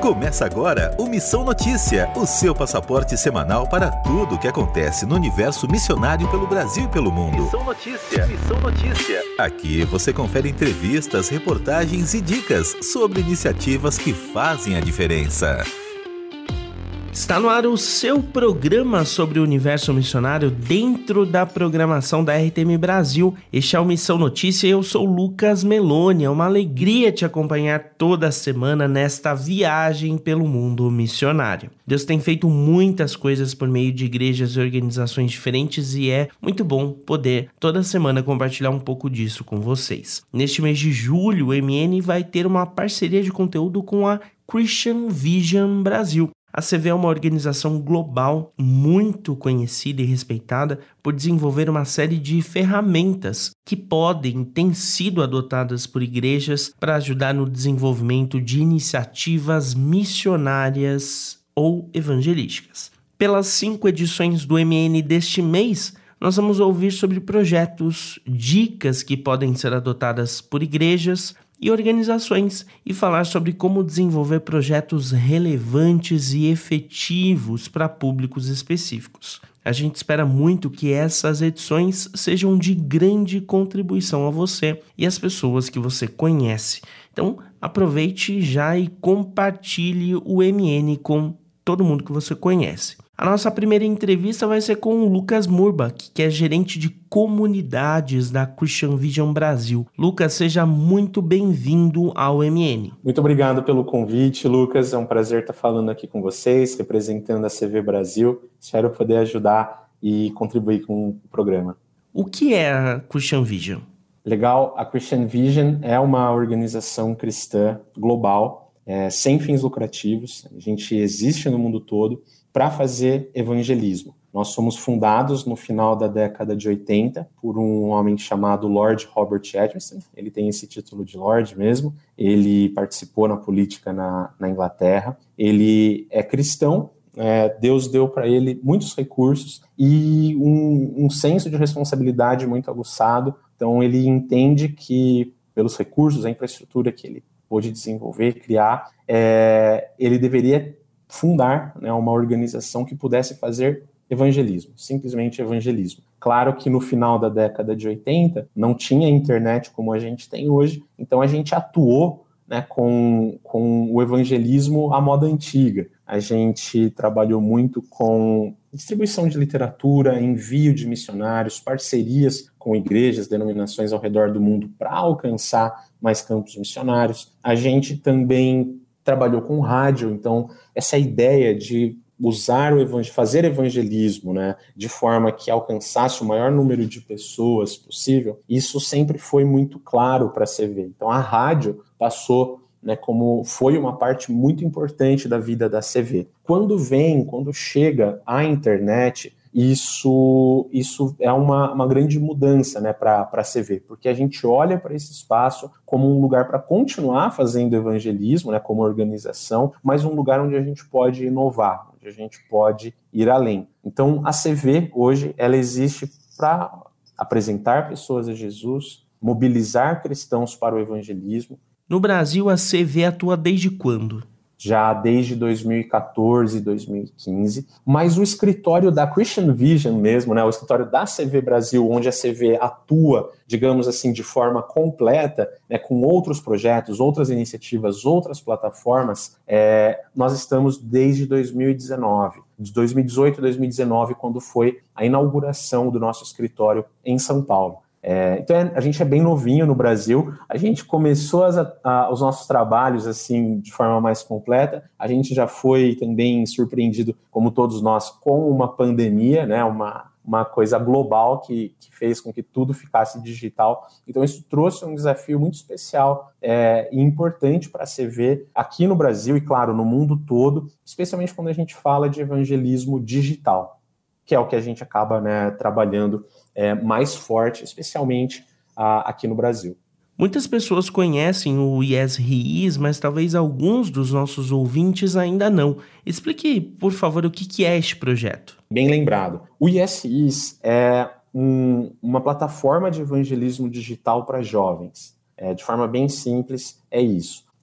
Começa agora o Missão Notícia, o seu passaporte semanal para tudo o que acontece no universo missionário pelo Brasil e pelo mundo. Missão Notícia, Missão Notícia. Aqui você confere entrevistas, reportagens e dicas sobre iniciativas que fazem a diferença. Está no ar o seu programa sobre o universo missionário dentro da programação da RTM Brasil. Este é o Missão Notícia e eu sou Lucas Meloni. É uma alegria te acompanhar toda semana nesta viagem pelo mundo missionário. Deus tem feito muitas coisas por meio de igrejas e organizações diferentes e é muito bom poder toda semana compartilhar um pouco disso com vocês. Neste mês de julho, o MN vai ter uma parceria de conteúdo com a Christian Vision Brasil. A CV é uma organização global muito conhecida e respeitada por desenvolver uma série de ferramentas que têm sido adotadas por igrejas para ajudar no desenvolvimento de iniciativas missionárias ou evangelísticas. Pelas 5 edições do MN deste mês, nós vamos ouvir sobre projetos, dicas que podem ser adotadas por igrejas e organizações e falar sobre como desenvolver projetos relevantes e efetivos para públicos específicos. A gente espera muito que essas edições sejam de grande contribuição a você e às pessoas que você conhece. Então, aproveite já e compartilhe o MN com todo mundo que você conhece. A nossa primeira entrevista vai ser com o Lucas Murbach, que é gerente de comunidades da Christian Vision Brasil. Lucas, seja muito bem-vindo ao MN. Muito obrigado pelo convite, Lucas. É um prazer estar falando aqui com vocês, representando a CV Brasil. Espero poder ajudar e contribuir com o programa. O que é a Christian Vision? Legal, a Christian Vision é uma organização cristã global, sem fins lucrativos. A gente existe no mundo todo para fazer evangelismo. Nós somos fundados no final da década de 80 por um homem chamado Lord Robert Edmondson. Ele tem esse título de Lord mesmo. Ele participou na política na Inglaterra. Ele é cristão. Deus deu para ele muitos recursos e um senso de responsabilidade muito aguçado. Então ele entende que pelos recursos, a infraestrutura que ele pôde desenvolver, criar, ele deveria fundar, uma organização que pudesse fazer evangelismo, simplesmente evangelismo. Claro que no final da década de 80 não tinha internet como a gente tem hoje, então a gente atuou com o evangelismo à moda antiga. A gente trabalhou muito com distribuição de literatura, envio de missionários, parcerias com igrejas, denominações ao redor do mundo para alcançar mais campos missionários. A gente também trabalhou com rádio, então essa ideia de usar fazer evangelismo, de forma que alcançasse o maior número de pessoas possível, isso sempre foi muito claro para a CV. Então a rádio passou, como foi uma parte muito importante da vida da CV. Quando chega a internet, isso é uma grande mudança para a CV, porque a gente olha para esse espaço como um lugar para continuar fazendo evangelismo, como organização, mas um lugar onde a gente pode inovar, onde a gente pode ir além. Então, a CV hoje, ela existe para apresentar pessoas a Jesus, mobilizar cristãos para o evangelismo. No Brasil, a CV atua desde quando? Já desde 2014, 2015, mas o escritório da Christian Vision mesmo, o escritório da CV Brasil, onde a CV atua, digamos assim, de forma completa, com outros projetos, outras iniciativas, outras plataformas, nós estamos desde 2019, de 2018 a 2019, quando foi a inauguração do nosso escritório em São Paulo. Então a gente é bem novinho no Brasil, a gente começou os nossos trabalhos assim de forma mais completa, a gente já foi também surpreendido, como todos nós, com uma pandemia, uma coisa global que fez com que tudo ficasse digital. Então isso trouxe um desafio muito especial e importante para a CV aqui no Brasil e, claro, no mundo todo, especialmente quando a gente fala de evangelismo digital, que é o que a gente acaba trabalhando mais forte, especialmente aqui no Brasil. Muitas pessoas conhecem o Yes mas talvez alguns dos nossos ouvintes ainda não. Explique, por favor, o que é este projeto. Bem lembrado. O Yes é uma plataforma de evangelismo digital para jovens. De forma bem simples, é isso.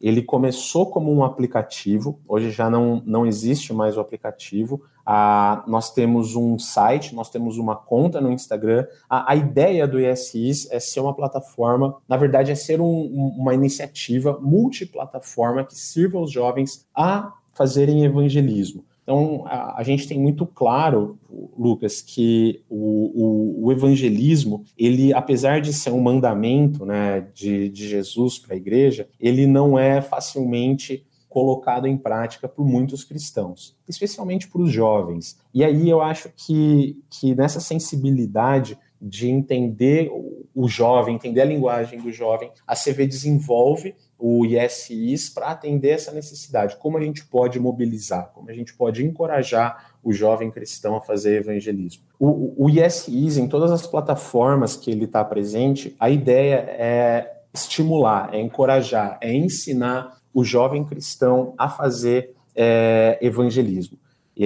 ele começou como um aplicativo, hoje já não existe mais o aplicativo. Nós temos um site, nós temos uma conta no Instagram. A ideia do ISIS é ser uma plataforma, na verdade é ser uma iniciativa multiplataforma que sirva aos jovens a fazerem evangelismo. Então, a gente tem muito claro, Lucas, que o evangelismo, ele, apesar de ser um mandamento, né, de Jesus para a igreja, ele não é facilmente colocado em prática por muitos cristãos, especialmente para os jovens. E aí eu acho que nessa sensibilidade de entender o jovem, entender a linguagem do jovem, a CV desenvolve o ISIS para atender essa necessidade. Como a gente pode mobilizar, como a gente pode encorajar o jovem cristão a fazer evangelismo. O ISIS, em todas as plataformas que ele está presente, a ideia é estimular, é encorajar, é ensinar o jovem cristão a fazer evangelismo.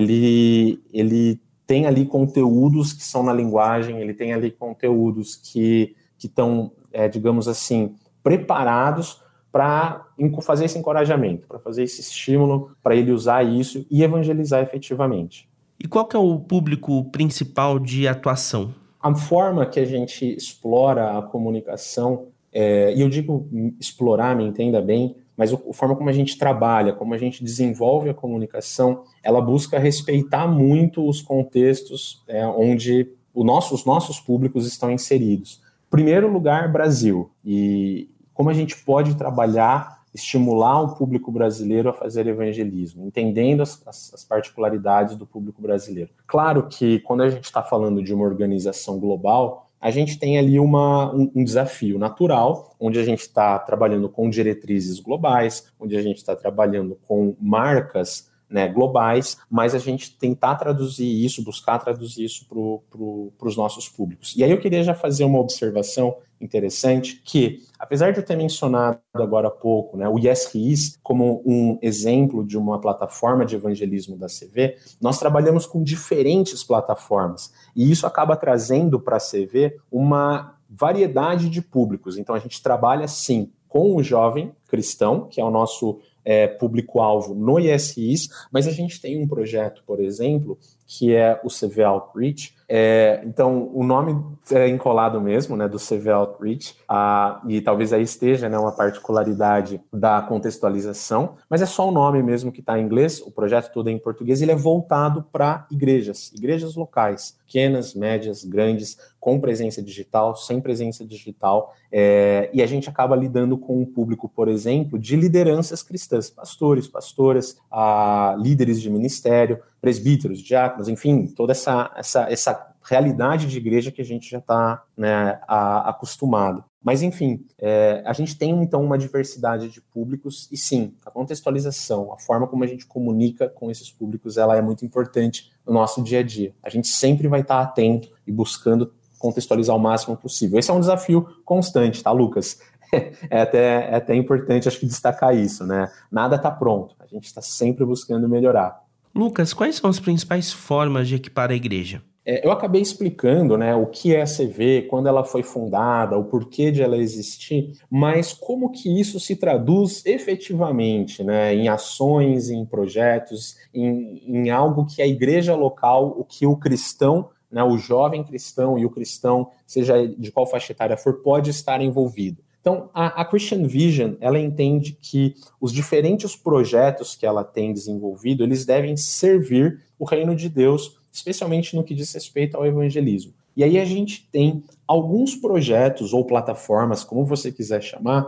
Ele tem ali conteúdos que são na linguagem, ele tem ali conteúdos que estão, digamos assim, preparados para fazer esse encorajamento, para fazer esse estímulo, para ele usar isso e evangelizar efetivamente. E qual que é o público principal de atuação? A forma que a gente explora a comunicação, e eu digo explorar, me entenda bem, mas a forma como a gente trabalha, como a gente desenvolve a comunicação, ela busca respeitar muito os contextos onde os nossos públicos estão inseridos. Primeiro lugar, Brasil. E como a gente pode trabalhar, estimular o público brasileiro a fazer evangelismo, entendendo as particularidades do público brasileiro. Claro que quando a gente está falando de uma organização global, a gente tem ali um desafio natural, onde a gente está trabalhando com diretrizes globais, onde a gente está trabalhando com marcas, né, globais, mas a gente tentar traduzir isso, buscar traduzir isso para os nossos públicos. E aí eu queria já fazer uma observação interessante, que apesar de eu ter mencionado agora há pouco, né, o ISIS como um exemplo de uma plataforma de evangelismo da CV, nós trabalhamos com diferentes plataformas, e isso acaba trazendo para a CV uma variedade de públicos. Então a gente trabalha sim com o jovem cristão, que é o nosso público-alvo no ISIS, mas a gente tem um projeto, por exemplo, que é o CV Outreach. Então, o nome é encolado mesmo, né, do CV Outreach, e talvez aí esteja, né, uma particularidade da contextualização, mas é só o nome mesmo que está em inglês, o projeto todo é em português, ele é voltado para igrejas locais, pequenas, médias, grandes, com presença digital, sem presença digital, e a gente acaba lidando com um público, por exemplo, de lideranças cristãs, pastores, pastoras, líderes de ministério, presbíteros, diáconos, enfim, toda essa realidade de igreja que a gente já está, né, acostumado. Mas, enfim, a gente tem, então, uma diversidade de públicos e, sim, a contextualização, a forma como a gente comunica com esses públicos, ela é muito importante no nosso dia a dia. A gente sempre vai estar atento e buscando contextualizar o máximo possível. Esse é um desafio constante, tá, Lucas? É até importante, acho que, destacar isso, né? Nada está pronto, a gente está sempre buscando melhorar. Lucas, quais são as principais formas de equipar a igreja? Eu acabei explicando, né, o que é a CV, quando ela foi fundada, o porquê de ela existir, mas como que isso se traduz efetivamente, né, em ações, em projetos, em algo que a igreja local, o que o cristão, né, o jovem cristão e o cristão, seja de qual faixa etária for, pode estar envolvido. Então, a Christian Vision, ela entende que os diferentes projetos que ela tem desenvolvido, eles devem servir o reino de Deus, especialmente no que diz respeito ao evangelismo. E aí a gente tem alguns projetos ou plataformas, como você quiser chamar,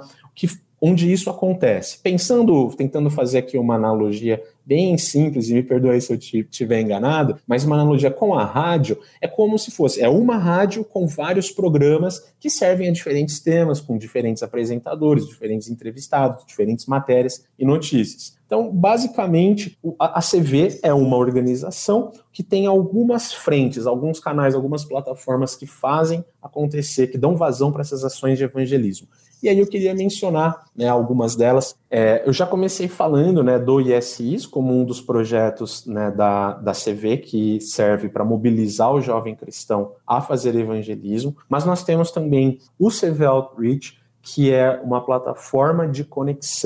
onde isso acontece. Tentando fazer aqui uma analogia bem simples, e me perdoe se eu estiver enganado, mas uma analogia com a rádio é como se fosse uma rádio com vários programas que servem a diferentes temas, com diferentes apresentadores, diferentes entrevistados, diferentes matérias e notícias. Então, basicamente, a CV é uma organização que tem algumas frentes, alguns canais, algumas plataformas que fazem acontecer, que dão vazão para essas ações de evangelismo. E aí eu queria mencionar, né, algumas delas. Eu já comecei falando, né, do ISIS como um dos projetos, né, da CV que serve para mobilizar o jovem cristão a fazer evangelismo, mas nós temos também o CV Outreach, que é uma plataforma de conexão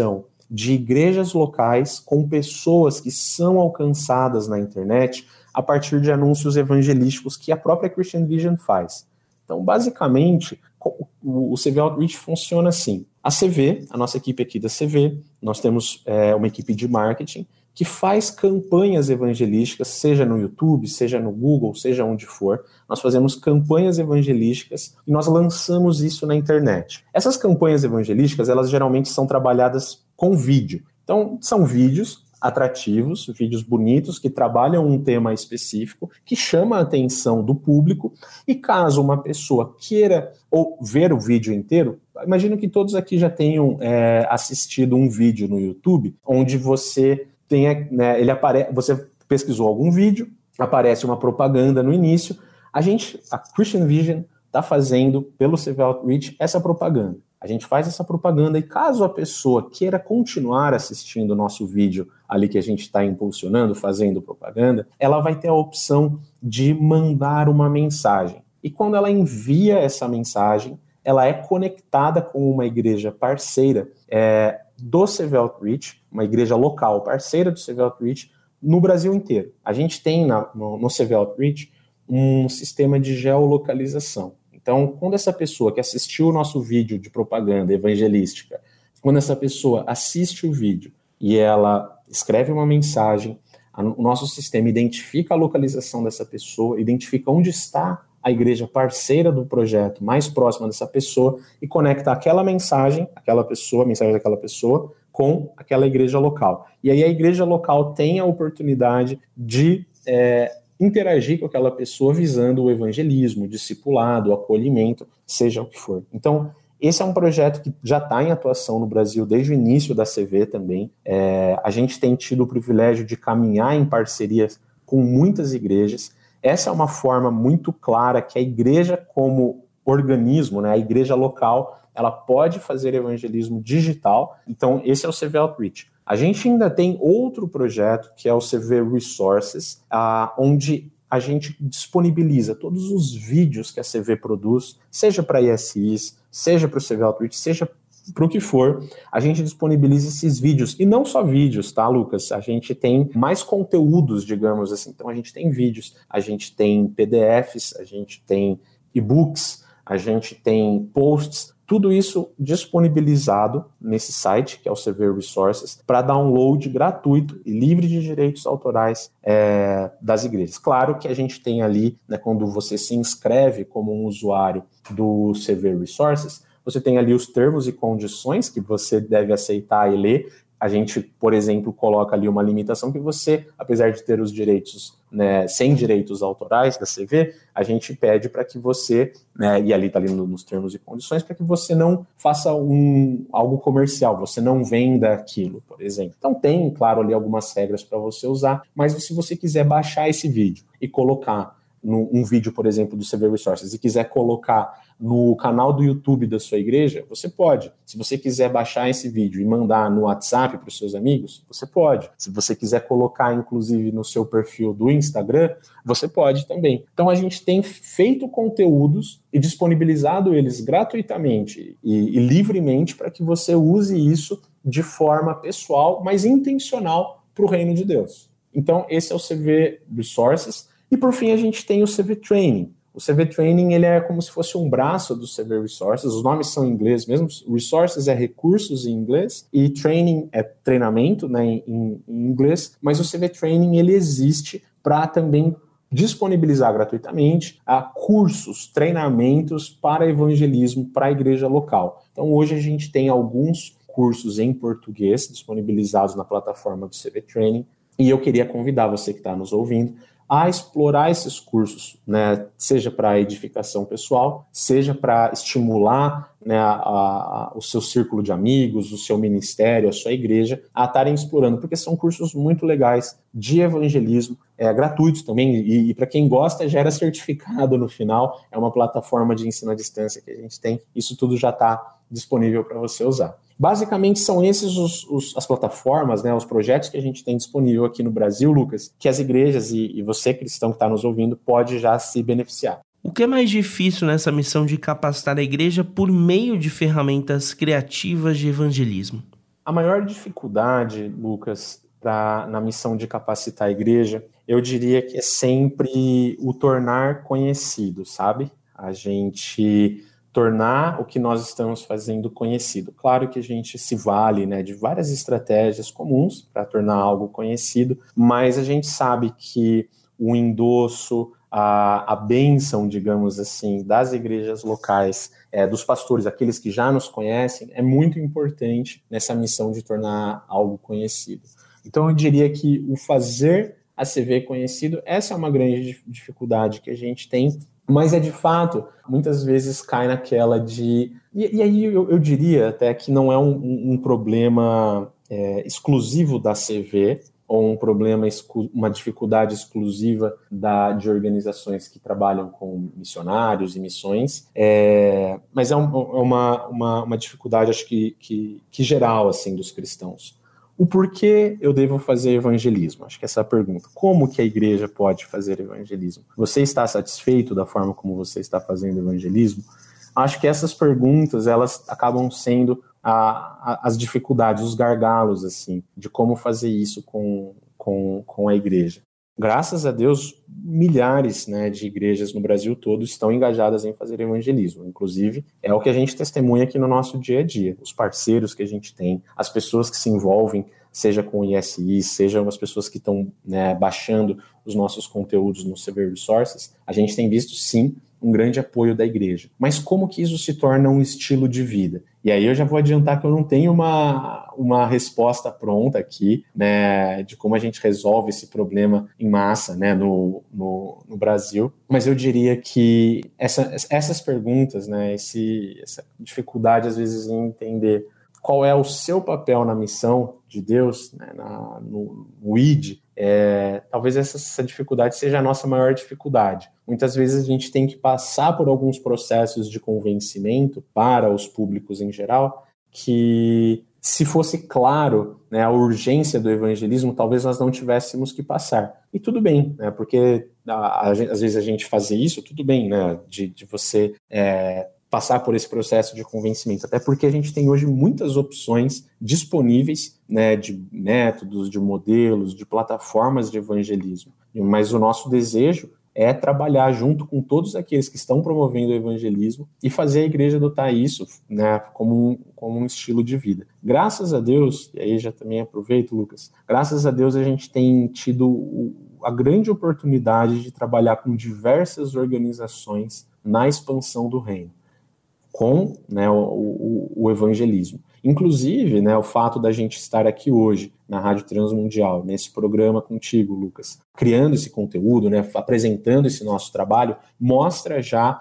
de igrejas locais com pessoas que são alcançadas na internet a partir de anúncios evangelísticos que a própria Christian Vision faz. Então, basicamente, o CV Outreach funciona assim. A CV, a nossa equipe aqui da CV, nós temos uma equipe de marketing que faz campanhas evangelísticas, seja no YouTube, seja no Google, seja onde for. Nós fazemos campanhas evangelísticas e nós lançamos isso na internet. Essas campanhas evangelísticas, elas geralmente são trabalhadas com vídeo. Então, são vídeos atrativos, vídeos bonitos, que trabalham um tema específico, que chama a atenção do público, e caso uma pessoa queira ou ver o vídeo inteiro, imagino que todos aqui já tenham assistido um vídeo no YouTube, onde você tenha, né, você pesquisou algum vídeo, aparece uma propaganda no início, a Christian Vision está fazendo, pelo CV Outreach, essa propaganda. A gente faz essa propaganda e caso a pessoa queira continuar assistindo o nosso vídeo ali que a gente está impulsionando, fazendo propaganda, ela vai ter a opção de mandar uma mensagem. E quando ela envia essa mensagem, ela é conectada com uma igreja parceira do CV Outreach, uma igreja local parceira do CV Outreach no Brasil inteiro. A gente tem no CV Outreach um sistema de geolocalização. Então, quando essa pessoa que assistiu o nosso vídeo de propaganda evangelística, quando essa pessoa assiste o vídeo e ela escreve uma mensagem, o nosso sistema identifica a localização dessa pessoa, identifica onde está a igreja parceira do projeto mais próxima dessa pessoa e conecta aquela mensagem, a mensagem daquela pessoa, com aquela igreja local. E aí a igreja local tem a oportunidade de interagir com aquela pessoa visando o evangelismo, o discipulado, o acolhimento, seja o que for. Então, esse é um projeto que já está em atuação no Brasil desde o início da CV também. A gente tem tido o privilégio de caminhar em parcerias com muitas igrejas. Essa é uma forma muito clara que a igreja como organismo, né, a igreja local, ela pode fazer evangelismo digital. Então, esse é o CV Outreach. A gente ainda tem outro projeto, que é o CV Resources, onde a gente disponibiliza todos os vídeos que a CV produz, seja para ISIs, seja para o CV Outreach, seja para o que for, a gente disponibiliza esses vídeos. E não só vídeos, tá, Lucas? A gente tem mais conteúdos, digamos assim. Então, a gente tem vídeos, a gente tem PDFs, a gente tem e-books, a gente tem posts, tudo isso disponibilizado nesse site, que é o CV Resources, para download gratuito e livre de direitos autorais das igrejas. Claro que a gente tem ali, né, quando você se inscreve como um usuário do CV Resources, você tem ali os termos e condições que você deve aceitar e ler. A gente, por exemplo, coloca ali uma limitação que você, apesar de ter os direitos, né, sem direitos autorais da CV, a gente pede para que você, né, e ali está ali nos termos e condições, para que você não faça algo comercial, você não venda aquilo, por exemplo. Então tem, claro, ali algumas regras para você usar, mas se você quiser baixar esse vídeo e colocar um vídeo, por exemplo, do CV Resources e quiser colocar no canal do YouTube da sua igreja, você pode. Se você quiser baixar esse vídeo e mandar no WhatsApp para os seus amigos, você pode. Se você quiser colocar, inclusive, no seu perfil do Instagram, você pode também. Então, a gente tem feito conteúdos e disponibilizado eles gratuitamente e livremente para que você use isso de forma pessoal, mas intencional para o reino de Deus. Então, esse é o CV Resources. E, por fim, a gente tem o CV Training. O CV Training, ele é como se fosse um braço do CV Resources, os nomes são em inglês mesmo, Resources é recursos em inglês, e Training é treinamento, né, em inglês, mas o CV Training, ele existe para também disponibilizar gratuitamente cursos, treinamentos para evangelismo para a igreja local. Então, hoje a gente tem alguns cursos em português disponibilizados na plataforma do CV Training, e eu queria convidar você que está nos ouvindo a explorar esses cursos, né, seja para edificação pessoal, seja para estimular, né, o seu círculo de amigos, o seu ministério, a sua igreja, a estarem explorando, porque são cursos muito legais de evangelismo, gratuitos também, e para quem gosta, gera certificado no final, é uma plataforma de ensino à distância que a gente tem, isso tudo já está disponível para você usar. Basicamente são esses as plataformas, né, os projetos que a gente tem disponível aqui no Brasil, Lucas, que as igrejas e você, cristão que está nos ouvindo, pode já se beneficiar. O que é mais difícil nessa missão de capacitar a igreja por meio de ferramentas criativas de evangelismo? A maior dificuldade, Lucas, na missão de capacitar a igreja, eu diria que é sempre o tornar conhecido, sabe? A gente tornar o que nós estamos fazendo conhecido. Claro que a gente se vale, né, de várias estratégias comuns para tornar algo conhecido, mas a gente sabe que o endosso, a bênção, digamos assim, das igrejas locais, dos pastores, aqueles que já nos conhecem, é muito importante nessa missão de tornar algo conhecido. Então, eu diria que o fazer a CV conhecido, essa é uma grande dificuldade que a gente tem, mas de fato, muitas vezes cai naquela de... E aí eu diria até que não é um problema exclusivo da CV, ou um problema, uma dificuldade exclusiva de organizações que trabalham com missionários e missões, mas é uma dificuldade, acho que geral, assim, dos cristãos. O porquê eu devo fazer evangelismo? Acho que essa é a pergunta. Como que a igreja pode fazer evangelismo? Você está satisfeito da forma como você está fazendo evangelismo? Acho que essas perguntas, elas acabam sendo as dificuldades, os gargalos, assim, de como fazer isso com a igreja. Graças a Deus, milhares, né, de igrejas no Brasil todo estão engajadas em fazer evangelismo. Inclusive, é o que a gente testemunha aqui no nosso dia a dia. Os parceiros que a gente tem, as pessoas que se envolvem, seja com o ISI, sejam as pessoas que estão, né, baixando os nossos conteúdos no CV Resources, a gente tem visto, sim, um grande apoio da igreja. Mas como que isso se torna um estilo de vida? E aí eu já vou adiantar que eu não tenho uma resposta pronta aqui, né, de como a gente resolve esse problema em massa, né, no Brasil. Mas eu diria que essas perguntas, né, essa dificuldade às vezes em entender qual é o seu papel na missão de Deus, né, no ID, talvez essa dificuldade seja a nossa maior dificuldade. Muitas vezes a gente tem que passar por alguns processos de convencimento para os públicos em geral, que se fosse claro, né, a urgência do evangelismo, talvez nós não tivéssemos que passar. E tudo bem, né, porque às vezes a gente fazer isso, tudo bem, né, de você passar por esse processo de convencimento, até porque a gente tem hoje muitas opções disponíveis, né, de métodos, de modelos, de plataformas de evangelismo. Mas o nosso desejo é trabalhar junto com todos aqueles que estão promovendo o evangelismo e fazer a igreja adotar isso, né, como um estilo de vida. Graças a Deus, e aí já também aproveito, Lucas, graças a Deus a gente tem tido a grande oportunidade de trabalhar com diversas organizações na expansão do reino, com, né, o evangelismo. Inclusive, né, o fato da gente estar aqui hoje na Rádio Transmundial, nesse programa contigo, Lucas, criando esse conteúdo, né, apresentando esse nosso trabalho, mostra já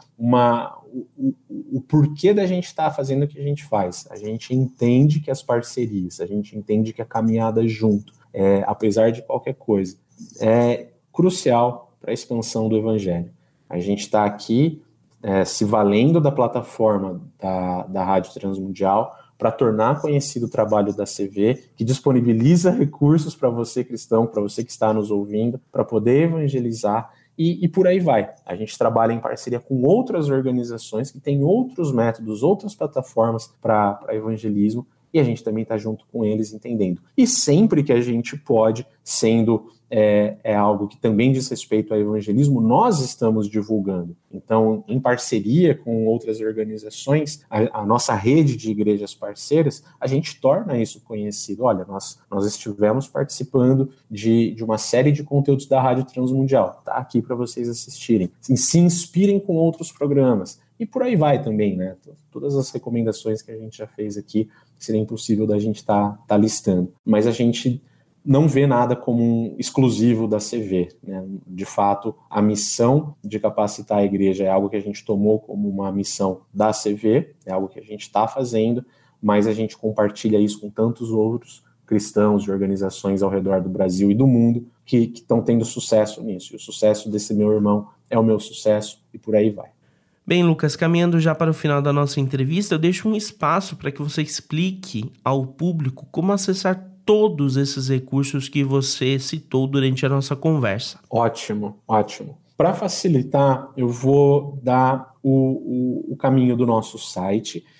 o porquê da gente estar fazendo o que a gente faz. A gente entende que as parcerias, a gente entende que a caminhada junto, apesar de qualquer coisa, é crucial para a expansão do evangelho. A gente está aqui se valendo da plataforma da Rádio Transmundial para tornar conhecido o trabalho da CV, que disponibiliza recursos para você cristão, para você que está nos ouvindo, para poder evangelizar e por aí vai. A gente trabalha em parceria com outras organizações que têm outros métodos, outras plataformas para evangelismo, e a gente também está junto com eles entendendo. E sempre que a gente pode, sendo algo que também diz respeito ao evangelismo, nós estamos divulgando. Então, em parceria com outras organizações, a nossa rede de igrejas parceiras, a gente torna isso conhecido. Olha, nós estivemos participando de uma série de conteúdos da Rádio Transmundial. Está aqui para vocês assistirem. Se inspirem com outros programas. E por aí vai também, né? Todas as recomendações que a gente já fez aqui, seria impossível da gente tá listando. Mas a gente não vê nada como um exclusivo da CV, né? De fato, a missão de capacitar a igreja é algo que a gente tomou como uma missão da CV, é algo que a gente está fazendo, mas a gente compartilha isso com tantos outros cristãos de organizações ao redor do Brasil e do mundo que estão tendo sucesso nisso. E o sucesso desse meu irmão é o meu sucesso e por aí vai. Bem, Lucas, caminhando já para o final da nossa entrevista, eu deixo um espaço para que você explique ao público como acessar todos esses recursos que você citou durante a nossa conversa. Ótimo, ótimo. Para facilitar, eu vou dar o caminho do nosso site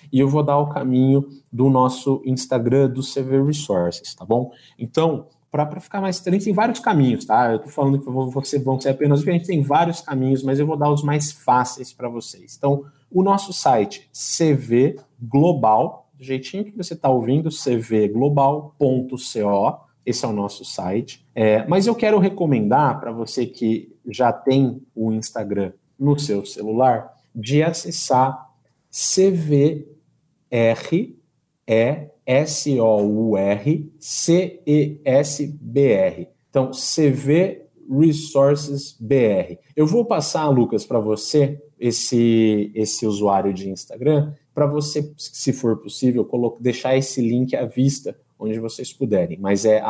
e eu vou dar o caminho do nosso Instagram do CV Resources, tá bom? Então, para ficar mais tranquilo, tem vários caminhos, tá? Eu tô falando que vão ser apenas porque a gente tem vários caminhos, mas eu vou dar os mais fáceis para vocês. Então, o nosso site CV Global, do jeitinho que você está ouvindo, cvglobal.co, esse é o nosso site. Mas eu quero recomendar para você que já tem o Instagram no seu celular, de acessar CVRSOURCESBR. Então, CV Resources BR. Eu vou passar, Lucas, para você esse usuário de Instagram, para você, se for possível, deixar esse link à vista, onde vocês puderem. Mas é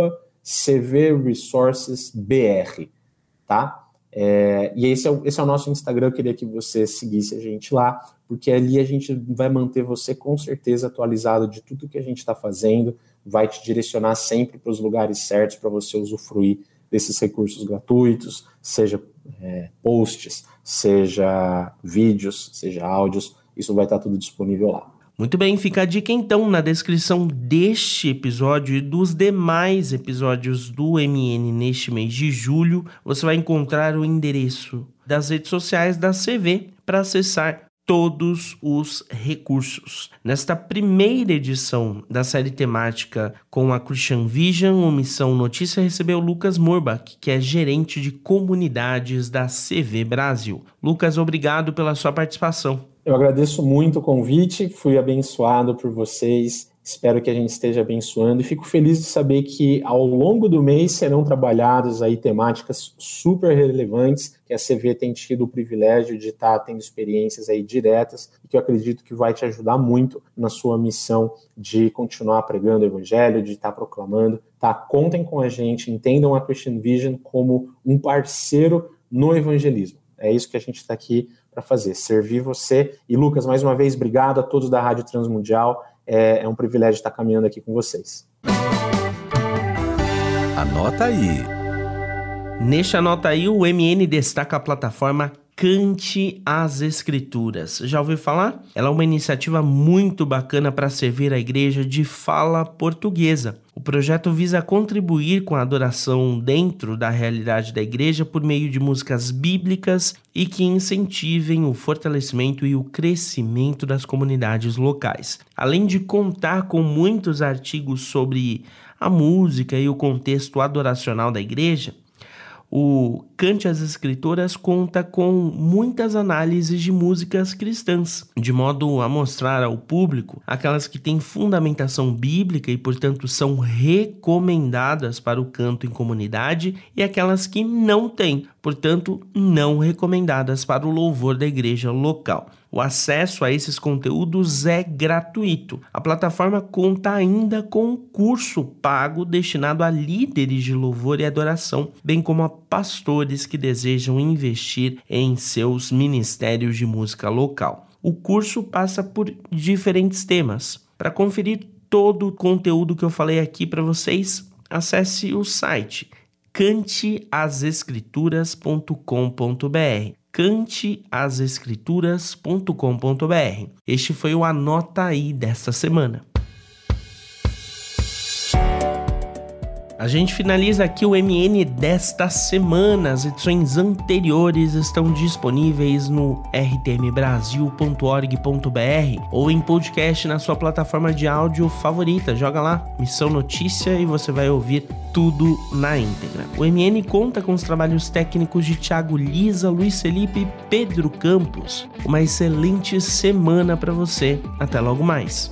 @CVResourcesBR, tá? E esse é o nosso Instagram. Eu queria que você seguisse a gente lá, porque ali a gente vai manter você com certeza atualizado de tudo que a gente está fazendo, vai te direcionar sempre para os lugares certos para você usufruir desses recursos gratuitos, seja posts, seja vídeos, seja áudios, isso vai estar tudo disponível lá. Muito bem, fica a dica então na descrição deste episódio e dos demais episódios do MN neste mês de julho. Você vai encontrar o endereço das redes sociais da CV para acessar todos os recursos. Nesta primeira edição da série temática com a Christian Vision, o Missão Notícia recebeu Lucas Murbach, que é gerente de comunidades da CV Brasil. Lucas, obrigado pela sua participação. Eu agradeço muito o convite, fui abençoado por vocês, espero que a gente esteja abençoando e fico feliz de saber que ao longo do mês serão trabalhadas aí temáticas super relevantes, que a CV tem tido o privilégio de estar tendo experiências aí diretas e que eu acredito que vai te ajudar muito na sua missão de continuar pregando o evangelho, de estar proclamando, tá? Contem com a gente, entendam a Christian Vision como um parceiro no evangelismo. É isso que a gente está aqui para fazer, servir você. E Lucas, mais uma vez, obrigado a todos da Rádio Transmundial. É um privilégio estar caminhando aqui com vocês. Anota aí. Neste Anota aí, o MN destaca a plataforma Cante as Escrituras. Já ouviu falar? Ela é uma iniciativa muito bacana para servir a igreja de fala portuguesa. O projeto visa contribuir com a adoração dentro da realidade da igreja por meio de músicas bíblicas e que incentivem o fortalecimento e o crescimento das comunidades locais. Além de contar com muitos artigos sobre a música e o contexto adoracional da igreja, o Cante as Escrituras conta com muitas análises de músicas cristãs, de modo a mostrar ao público aquelas que têm fundamentação bíblica e, portanto, são recomendadas para o canto em comunidade e aquelas que não têm, portanto, não recomendadas para o louvor da igreja local. O acesso a esses conteúdos é gratuito. A plataforma conta ainda com um curso pago destinado a líderes de louvor e adoração, bem como a pastores que desejam investir em seus ministérios de música local. O curso passa por diferentes temas. Para conferir todo o conteúdo que eu falei aqui para vocês, acesse o site canteasescrituras.com.br. canteasescrituras.com.br. Este foi o Anota Aí desta semana. A gente finaliza aqui o MN desta semana. As edições anteriores estão disponíveis no rtmbrasil.org.br ou em podcast na sua plataforma de áudio favorita. Joga lá, Missão Notícia, e você vai ouvir tudo na íntegra. O MN conta com os trabalhos técnicos de Thiago Lisa, Luiz Felipe e Pedro Campos. Uma excelente semana para você. Até logo mais.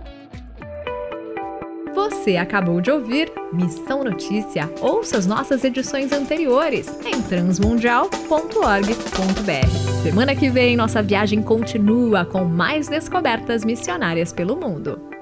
Você acabou de ouvir Missão Notícia. Ouça as nossas edições anteriores em transmundial.org.br. Semana que vem, nossa viagem continua com mais descobertas missionárias pelo mundo.